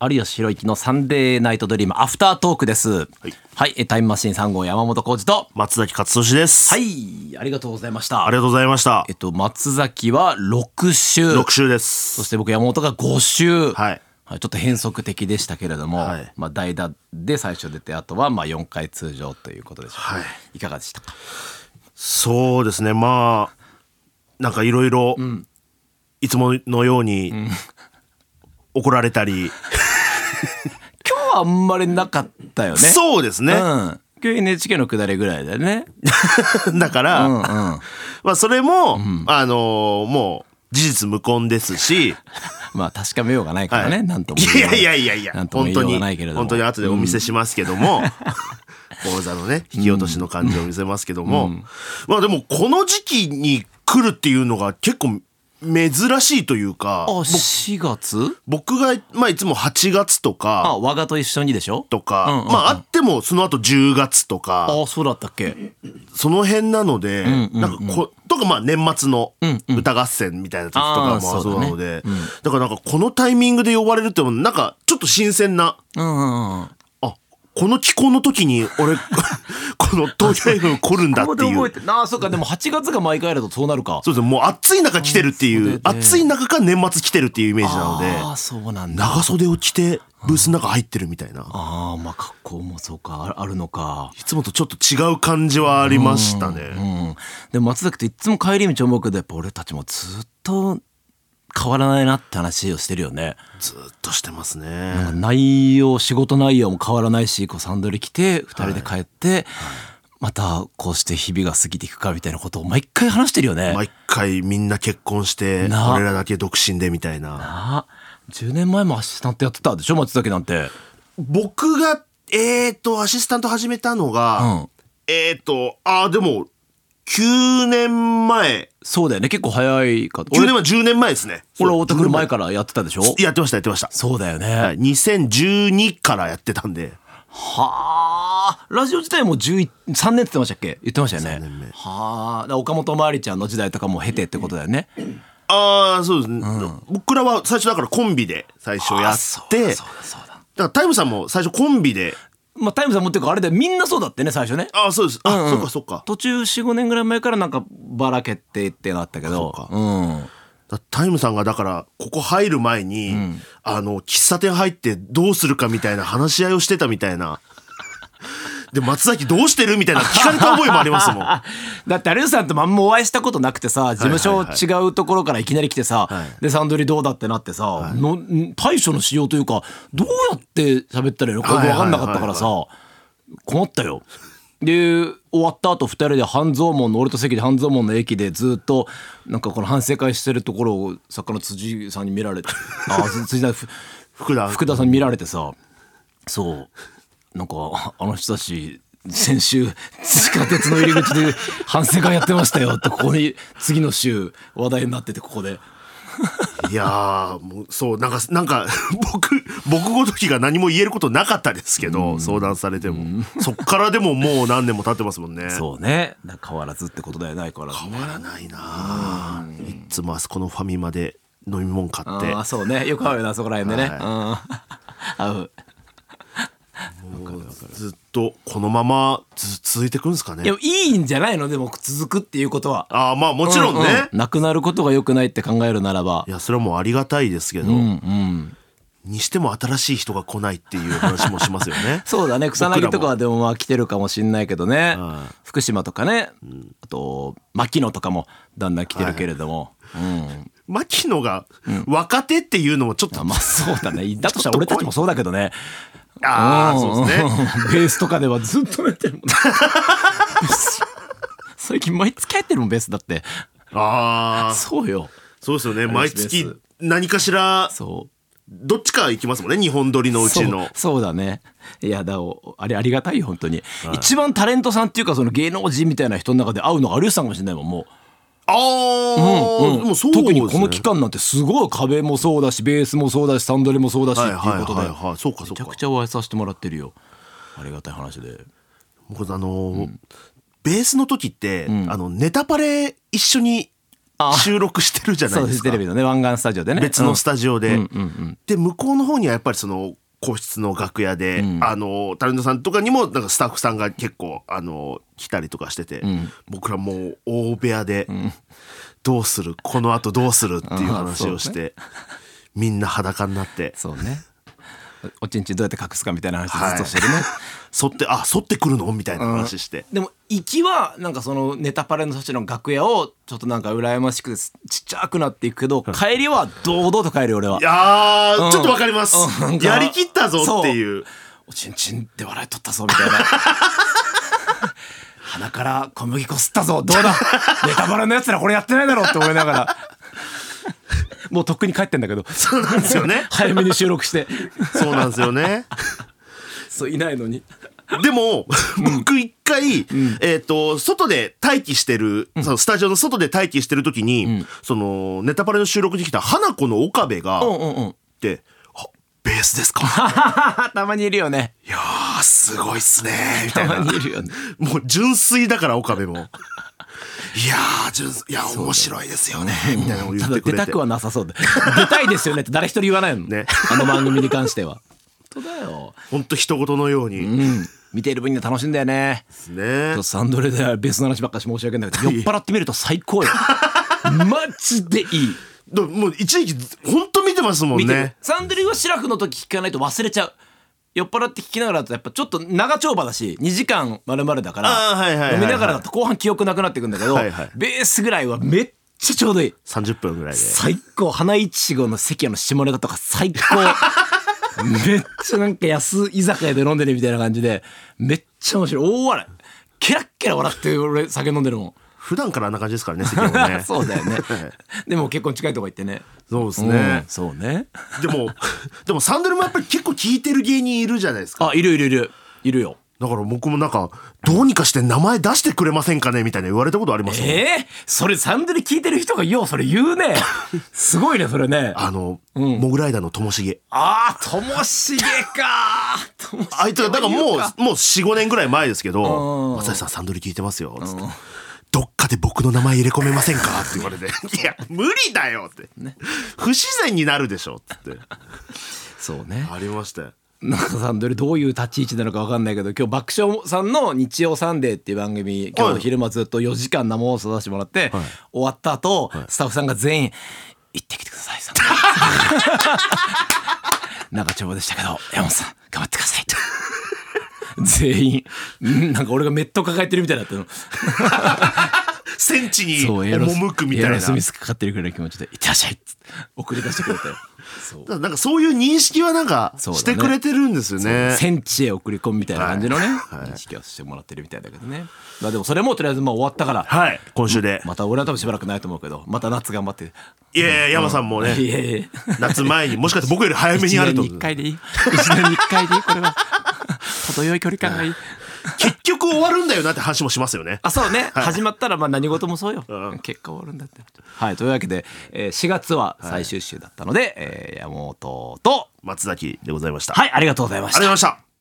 有吉弘行のサンデーナイトドリームアフタートークです。はい、タイムマシーン3号山本浩二と松崎勝利です。 はい、ありがとうございました。 ありがとうございました。 松崎は6週です。 そして僕山本が5週、 はい、 ちょっと変則的でしたけれども、 はい、 代打で最初出て、あとは4回通常ということでしょうか、 はい、 いかがでしたか？ そうですね、まあなんかいろいろいつものように、怒られたり今日はあんまりなかったよね。 そうですね、 今日 NHK の下りぐらいだよねだから、まあそれも、もう事実無根ですしまあ確かめようがないからね、 はい、 なんともいやなんとも言いようがないけれども、 本当に後でお見せしますけども、講座のね引き落としの感じを見せますけども、まあでもこの時期に来るっていうのが結構珍しいというか、 4月？ 僕が、いつも8月とか我がと一緒にでしょとか、あってもその後10月とか、 そうだったっけ、 その辺なので、なんかとか年末の歌合戦みたいな時とかもそうなので、だからなんかこのタイミングで呼ばれるってなんかちょっと新鮮な、この気候の時に俺この東京 FM 来るんだっていう。 そうか、でも8月が毎回だとそうなるか。 そうですね、もう暑い中来てるっていう、暑い中から年末来てるっていうイメージなので、 そうなんだ、 長袖を着てブースの中入ってるみたいな。 まあ格好もそうか、あるのか。 いつもとちょっと違う感じはありましたね。 でも松崎っていつも帰り道思うけど、やっぱ俺たちもずっと変わらないなって話をしてるよね。 ずっとしてますね。 なんか仕事内容も変わらないし、サンドリ来て2人で帰って、またこうして日々が過ぎていくかみたいなことを毎回話してるよね。 毎回みんな結婚して俺らだけ独身でみたいな。 10年前もアシスタントやってたでしょ、松崎なんて。 僕がアシスタント始めたのが、でも9年前。 そうだよね、結構早いか。 9年前10年前ですね。 俺太田来る前からやってたでしょ。 やってました。 そうだよね、 2012からやってたんで。 ラジオ自体も13年って言ってましたっけ？言ってましたよね。 3年目。 岡本まりちゃんの時代とかも経てってことだよね。 そうですね、僕らは最初だからコンビで最初やって、だからタイムさんも最初コンビで、 タイムさんもっていうかあれでみんなそうだってね、最初ね。 そうです。そっか。 途中 4,5 年ぐらい前からなんかばらけてってなったけど、 タイムさんがだからここ入る前に、喫茶店入ってどうするかみたいな話し合いをしてたみたいな。で松崎どうしてるみたいな聞かれた覚えもありますもん。 だって有吉さんとあんまお会いしたことなくてさ、事務所違うところからいきなり来てさ、でサンドリどうだってなってさ、対処のしようというか、どうやって喋ったらいいのか分かんなかったからさ、困ったよ。で終わった後2人で半蔵門の、俺と関で半蔵門の駅でずっとなんかこの反省会してるところを作家の辻さんに見られて辻さん福田さんに見られてさ、そうなんかあの人たち先週地下鉄の入り口で反省会やってましたよって、ここに次の週話題になってて、ここでいやもうそうなんか僕ごときが何も言えることなかったですけど、相談されても、そっからでももう何年も経ってますもんね。 そうね、変わらずってことだよね。 変わらないな、いつもあそこのファミマで飲み物買って。 そうね、よく会うよな、そこら辺でね、会う。 ずっとこのまま続いてくんですかね。 いいんじゃないの、でも続くっていうことは。 まあもちろんね、 なくなることが良くないって考えるならば、 いやそれはもうありがたいですけど、にしても新しい人が来ないっていう話もしますよね。 そうだね、草薙とかはでも来てるかもしんないけどね、福島とかね、あと牧野とかもだんだん来てるけれども、 牧野が若手っていうのもちょっと、 そうだね、だとしたら俺たちもそうだけどね。 そうですね。 ベースとかではずっとやってるもんね。最近毎月入ってるもん、ベースだって。そうよ。 そうですよね、毎月何かしらどっちか行きますもんね、2本撮りのうちの。 そうだね。いやあれありがたいよ本当に、一番タレントさんっていうか、その芸能人みたいな人の中で会うのが有吉さんかもしれないもん、もう。 もうそうですね、 特にこの期間なんてすごい、壁もそうだしベースもそうだしサンドリもそうだしっていうことで、めちゃくちゃお会いさせてもらってるよ。ありがたい話で。 僕ベースの時って、ネタパレ一緒に収録してるじゃないそうです、 ですか。 テレビのね、湾岸スタジオでね。 別のスタジオで、 うんうんうんうんで向こうの方にはやっぱりその個室の楽屋で、タレントさんとかにもなんかスタッフさんが結構来たりとかしてて、僕らもう大部屋で、どうするこの後どうするっていう話をして、みんな裸になって、 そうね、おちんちんどうやって隠すかみたいな話ずっとしてるね、 反ってくるのみたいな話して、 でも行きはなんかそのネタパレの人たちの楽屋をちょっとなんか羨ましくてちっちゃくなっていくけど、帰りは堂々と帰るよ俺は。 いやー、ちょっとわかります、やりきったぞっていう、 おちんちんで笑い取ったぞみたいな鼻から小麦粉吸ったぞどうだネタバレのやつらこれやってないだろって思いながらもうとっくに帰ってんだけど、 そうなんですよね早めに収録してそうなんですよねそういないのに。 でも僕一回、外で待機してる、そのスタジオの外で待機してる時に、そのネタパレの収録に来た花子の岡部が、でベースですかたまにいるよね。 いやーすごいっすねみたいな。 たまにいるよね。 もう純粋だから岡部もいやー面白いですよねみたいなのを言ってくれて、 出たくはなさそうで出たいですよねって誰一人言わないのね、あの番組に関しては。本当だよ、 本当人事のように、 見ている分には楽しいんだよね。サンドレでベースの話ばっかし申し訳ないけど、酔っ払ってみると最高よマジでいい。 もう一時期本当見てますもんね。 サンドリはシラフの時聞かないと忘れちゃう。酔っ払って聞きながらだとやっぱちょっと長丁場だし2時間丸々だから飲みながらだと後半記憶なくなってくんだけど、ベースぐらいはめっちゃちょうどいい。 30分ぐらいで最高。花いちごの関の下ネタとか最高めっちゃなんか安居酒屋で飲んでるみたいな感じでめっちゃ面白い。大笑いケラッケラ笑って俺酒飲んでるもん。 普段からあんな感じですからね、関もねそうだよねでも結婚近いとこ行ってね。 そうですね、 そうねでもサンドルもやっぱり結構聞いてる芸人いるじゃないですか。 あ、いるよ。 だから僕もなんかどうにかして名前出してくれませんかねみたいな言われたことありますもん。 それサンドル聞いてる人がようそれ言うねすごいねそれね。 モグライダーのともしげ。 ともしげかあいつがだからもう 4,5 年ぐらい前ですけど、松井さんサンドル聞いてますよつって、どっかで僕の名前入れ込めませんかって言われていや無理だよって、不自然になるでしょってそうね、 ありましたよ。 なんかサンドルどういう立ち位置なのか分かんないけど、今日爆笑さんの日曜サンデーっていう番組今日の昼間ずっと4時間生放送させてもらって、終わった後、スタッフさんが全員行ってきてくださいサンドル長丁場でしたけど山本さん頑張ってくださいと全員なんか俺がメット抱えてるみたいだったの戦地に赴くみたいな。 エアロスミスかかってるぐらいの気持ちで「いってらっしゃい」っつって送り出してくれたよ。 そうなんかそういう認識はなんかしてくれてるんですよね。 戦地へ送り込むみたいな感じのね、認識はしてもらってるみたいだけどね。まあでもそれもとりあえず終わったから、 今週でまた俺は多分しばらくないと思うけど、また夏頑張って。 いやいや山さんもね、夏前にもしかして僕より早めにやると。 1年に1回でいい1年に1回でいいこれは程よい距離感がいい。 結局終わるんだよなって話もしますよね。 そうね、始まったらまあ何事もそうよ、結果終わるんだって。はい、というわけで、4月は最終週だったので、山本と松崎でございました。 はい、ありがとうございました。 ありがとうございました。